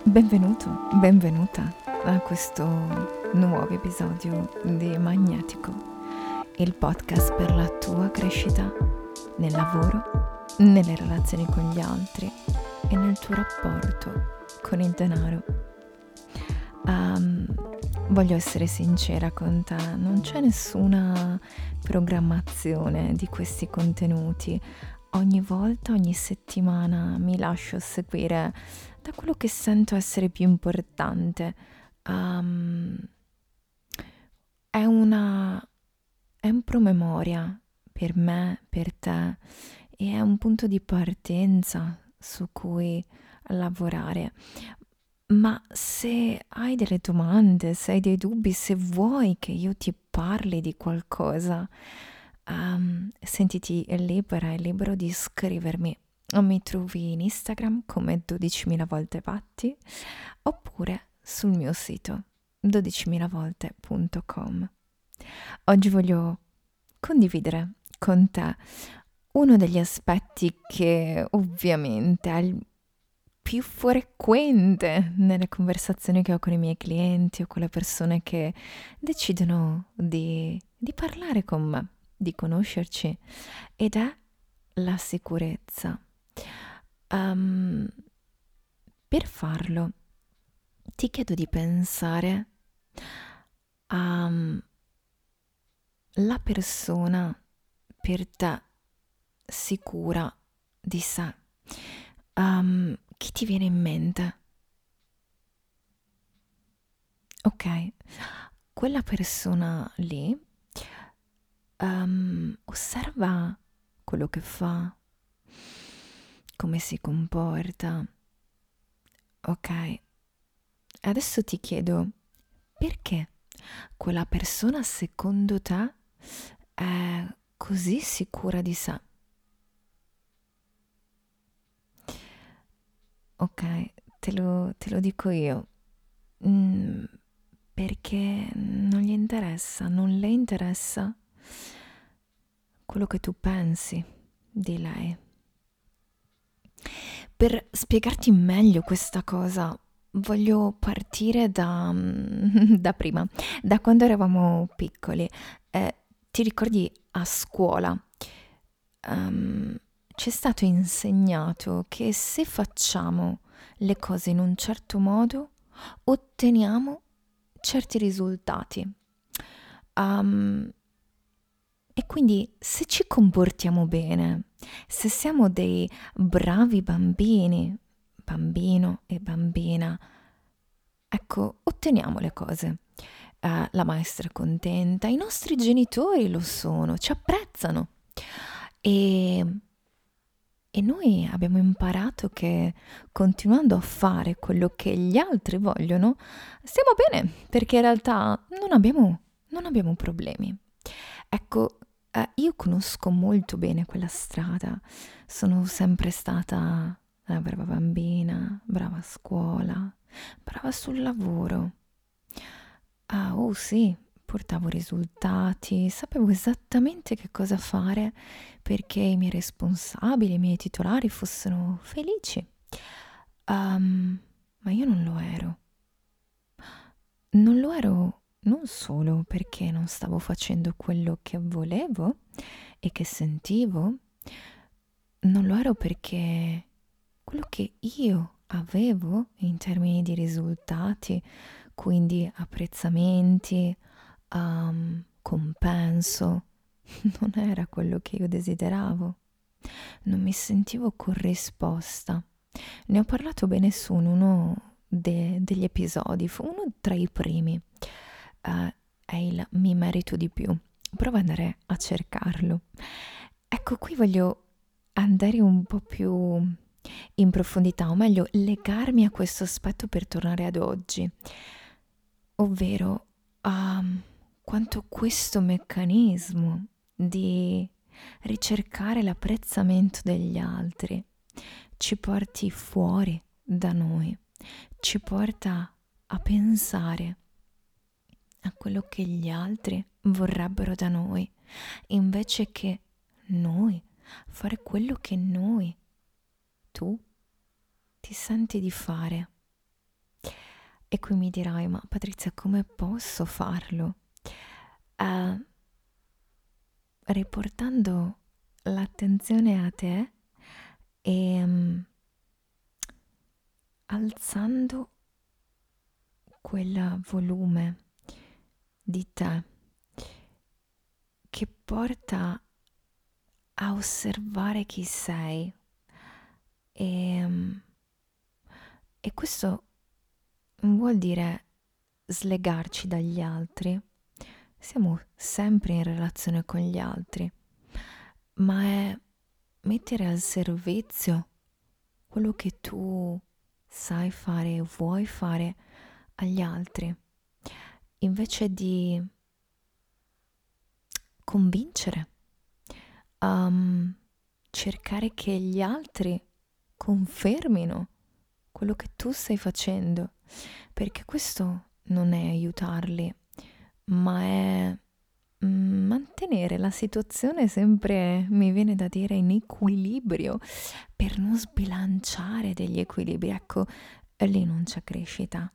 Benvenuto, benvenuta a questo nuovo episodio di Magnetico, il podcast per la tua crescita nel lavoro, nelle relazioni con gli altri e nel tuo rapporto con il denaro. Voglio essere sincera con te, non c'è nessuna programmazione di questi contenuti. Ogni volta, ogni settimana mi lascio seguire da quello che sento essere più importante. È un promemoria per me, per te, e è un punto di partenza su cui lavorare. Ma se hai delle domande, se hai dei dubbi, se vuoi che io ti parli di qualcosa, sentiti libera e libero di scrivermi. Mi trovi in Instagram come 12.000 volte fatti oppure sul mio sito 12.000volte.com. Oggi voglio condividere con te uno degli aspetti che ovviamente è il più frequente nelle conversazioni che ho con i miei clienti o con le persone che decidono di parlare con me, di conoscerci, ed è la sicurezza. Per farlo ti chiedo di pensare alla persona per te sicura di sé. Chi ti viene in mente? Ok, quella persona lì osserva quello che fa, come si comporta. Ok, adesso ti chiedo, perché quella persona secondo te è così sicura di sé? Ok, te lo dico io. Mm, perché non gli interessa, non le interessa quello che tu pensi di lei. Per spiegarti meglio questa cosa, voglio partire da prima, da quando eravamo piccoli. Ti ricordi a scuola? Ci è stato insegnato che se facciamo le cose in un certo modo, otteniamo certi risultati. E quindi se ci comportiamo bene, se siamo dei bravi bambini, bambino e bambina, ecco, otteniamo le cose. La maestra è contenta, i nostri genitori lo sono, ci apprezzano. E, e noi abbiamo imparato che continuando a fare quello che gli altri vogliono, stiamo bene, perché in realtà non abbiamo problemi. Ecco, io conosco molto bene quella strada, sono sempre stata una brava bambina, brava a scuola, brava sul lavoro. Oh sì, portavo risultati, sapevo esattamente che cosa fare perché i miei responsabili, i miei titolari fossero felici. Ma io non lo ero. Non lo ero non solo perché non stavo facendo quello che volevo e che sentivo, non lo ero perché quello che io avevo in termini di risultati, quindi apprezzamenti, compenso, non era quello che io desideravo. Non mi sentivo corrisposta. Ne ho parlato bene su in uno degli episodi, fu uno tra i primi. È il mi merito di più. Prova ad andare a cercarlo. Ecco, qui voglio andare un po' più in profondità, o meglio, legarmi a questo aspetto per tornare ad oggi, ovvero a quanto questo meccanismo di ricercare l'apprezzamento degli altri ci porti fuori da noi, ci porta a pensare a quello che gli altri vorrebbero da noi, invece che noi fare quello che tu ti senti di fare. E qui mi dirai, ma Patrizia, come posso farlo? Eh, riportando l'attenzione a te e alzando quel volume di te che porta a osservare chi sei e, e questo non vuol dire slegarci dagli altri, siamo sempre in relazione con gli altri, ma è mettere al servizio quello che tu sai fare o vuoi fare agli altri, invece di convincere, um, cercare che gli altri confermino quello che tu stai facendo, perché questo non è aiutarli, ma è mantenere la situazione sempre, mi viene da dire, in equilibrio, per non sbilanciare degli equilibri. Ecco, lì non c'è crescita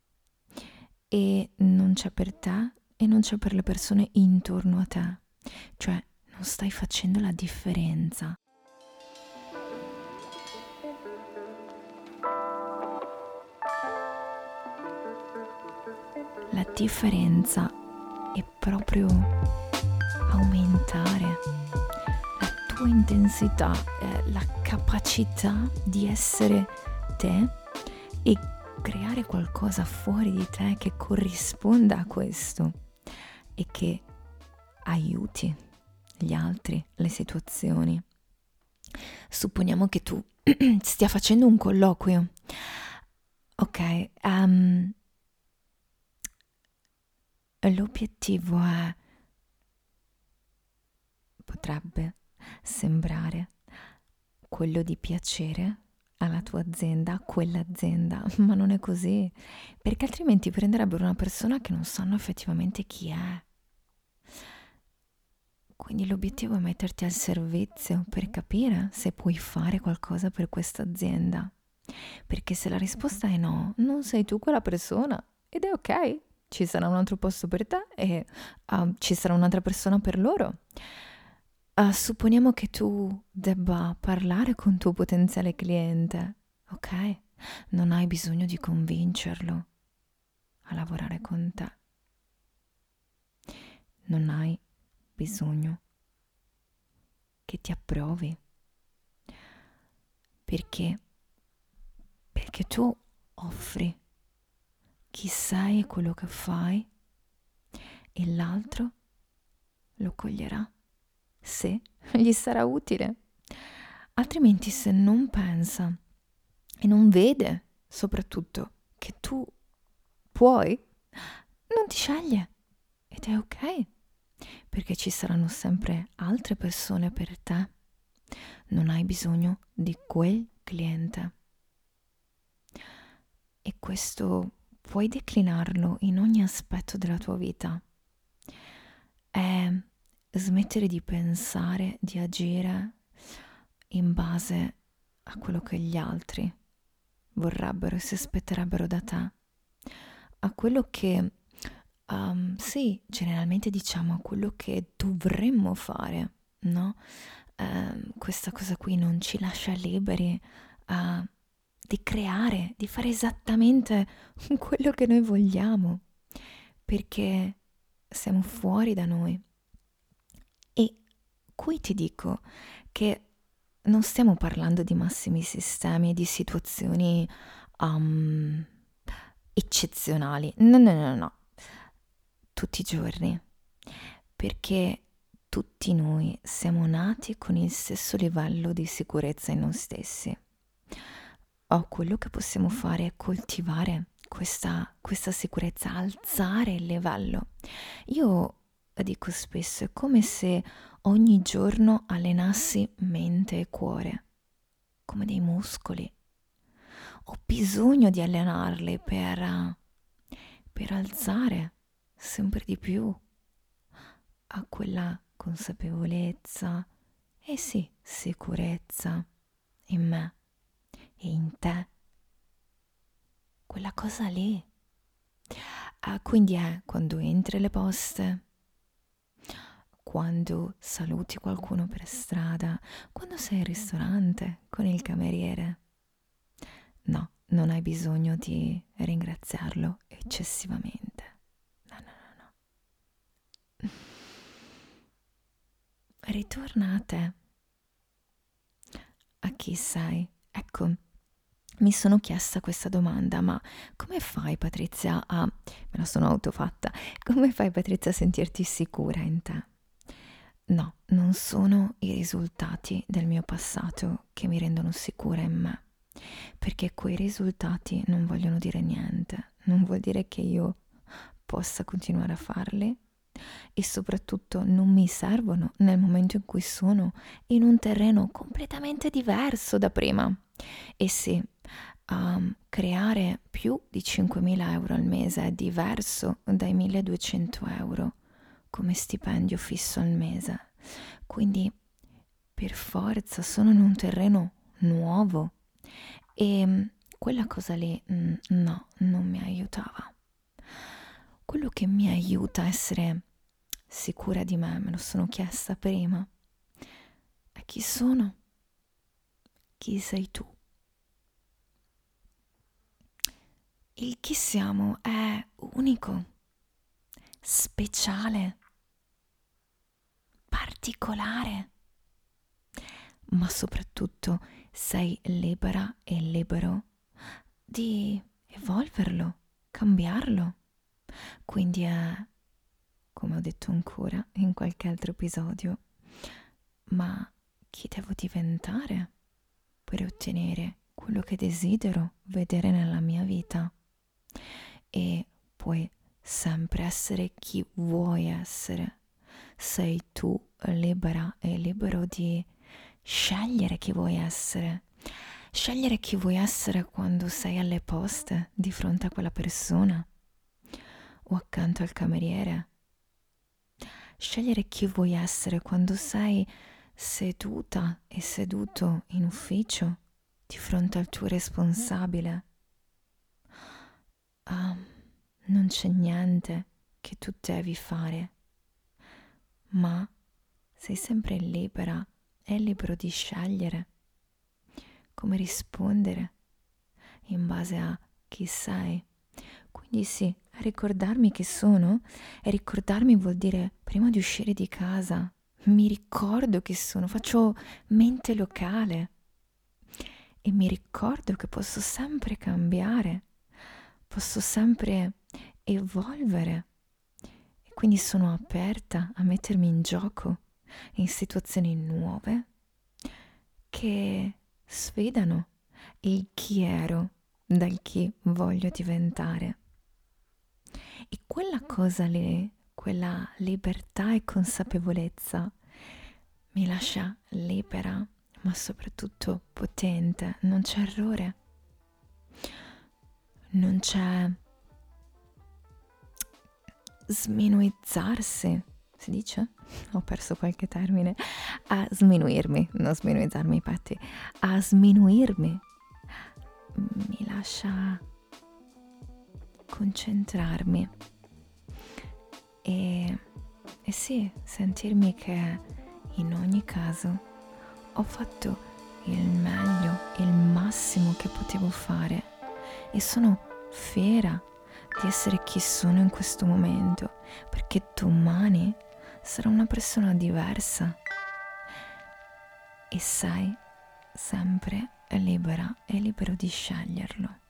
e non c'è per te e non c'è per le persone intorno a te, cioè non stai facendo la differenza. La differenza è proprio aumentare la tua intensità, la capacità di essere te e creare qualcosa fuori di te che corrisponda a questo e che aiuti gli altri, le situazioni. Supponiamo che tu stia facendo un colloquio. Ok, l'obiettivo potrebbe sembrare quello di piacere alla tua azienda, a quell'azienda, ma non è così, perché altrimenti prenderebbero una persona che non sanno effettivamente chi è. Quindi l'obiettivo è metterti al servizio per capire se puoi fare qualcosa per questa azienda. Perché se la risposta è no, non sei tu quella persona ed è ok. Ci sarà un altro posto per te e ci sarà un'altra persona per loro. Supponiamo che tu debba parlare con tuo potenziale cliente, ok? Non hai bisogno di convincerlo a lavorare con te. Non hai bisogno che ti approvi. Perché? Perché tu offri chi sei e quello che fai e l'altro lo coglierà se gli sarà utile. Altrimenti se non pensa e non vede soprattutto che tu puoi, non ti sceglie ed è ok, perché ci saranno sempre altre persone per te. Non hai bisogno di quel cliente. E questo puoi declinarlo in ogni aspetto della tua vita. È smettere di pensare, di agire in base a quello che gli altri vorrebbero e si aspetterebbero da te, a quello che, sì, generalmente diciamo a quello che dovremmo fare, no? Questa cosa qui non ci lascia liberi di creare, di fare esattamente quello che noi vogliamo, perché siamo fuori da noi. E qui ti dico che non stiamo parlando di massimi sistemi e di situazioni um, eccezionali. No, no, no, no. Tutti i giorni. Perché tutti noi siamo nati con il stesso livello di sicurezza in noi stessi. Quello che possiamo fare è coltivare questa sicurezza, alzare il livello. Io dico spesso, è come se ogni giorno allenassi mente e cuore, come dei muscoli. Ho bisogno di allenarli per alzare sempre di più a quella consapevolezza e sì, sicurezza in me e in te. Quella cosa lì. Quindi è quando entri alle poste, quando saluti qualcuno per strada, quando sei al ristorante con il cameriere. No, non hai bisogno di ringraziarlo eccessivamente. No, no, no, no. Ritorna a te, a chi sei. Ecco, mi sono chiesta questa domanda, ma come fai, Patrizia, me la sono autofatta, come fai, Patrizia, a sentirti sicura in te? No, non sono i risultati del mio passato che mi rendono sicura in me, perché quei risultati non vogliono dire niente, non vuol dire che io possa continuare a farli e soprattutto non mi servono nel momento in cui sono in un terreno completamente diverso da prima. E sì, creare più di 5.000 euro al mese è diverso dai 1.200 euro come stipendio fisso al mese. Quindi per forza sono in un terreno nuovo e quella cosa lì no, non mi aiutava. Quello che mi aiuta a essere sicura di me lo sono chiesta prima, è chi sono, chi sei tu. Il chi siamo è unico, speciale, particolare, ma soprattutto sei libera e libero di evolverlo, cambiarlo. Quindi è, come ho detto ancora in qualche altro episodio, ma chi devo diventare per ottenere quello che desidero vedere nella mia vita? E puoi sempre essere chi vuoi essere. Sei tu libera e libero di scegliere chi vuoi essere. Scegliere chi vuoi essere quando sei alle poste di fronte a quella persona o accanto al cameriere. Scegliere chi vuoi essere quando sei seduta e seduto in ufficio di fronte al tuo responsabile. Non c'è niente che tu devi fare, ma sei sempre libera e libero di scegliere come rispondere in base a chi sei. Quindi sì, ricordarmi chi sono e ricordarmi vuol dire prima di uscire di casa mi ricordo chi sono, faccio mente locale e mi ricordo che posso sempre cambiare, posso sempre evolvere e quindi sono aperta a mettermi in gioco in situazioni nuove che sfidano il chi ero dal chi voglio diventare. E quella cosa lì, quella libertà e consapevolezza mi lascia libera, ma soprattutto potente. Non c'è errore, non c'è sminuizzarsi, si dice? Ho perso qualche termine. A sminuirmi, non sminuizzarmi i patti, a sminuirmi mi lascia concentrarmi e sì, sentirmi che in ogni caso ho fatto il meglio, il massimo che potevo fare e sono fiera di essere chi sono in questo momento, perché domani sarò una persona diversa e sei sempre libera e libero di sceglierlo.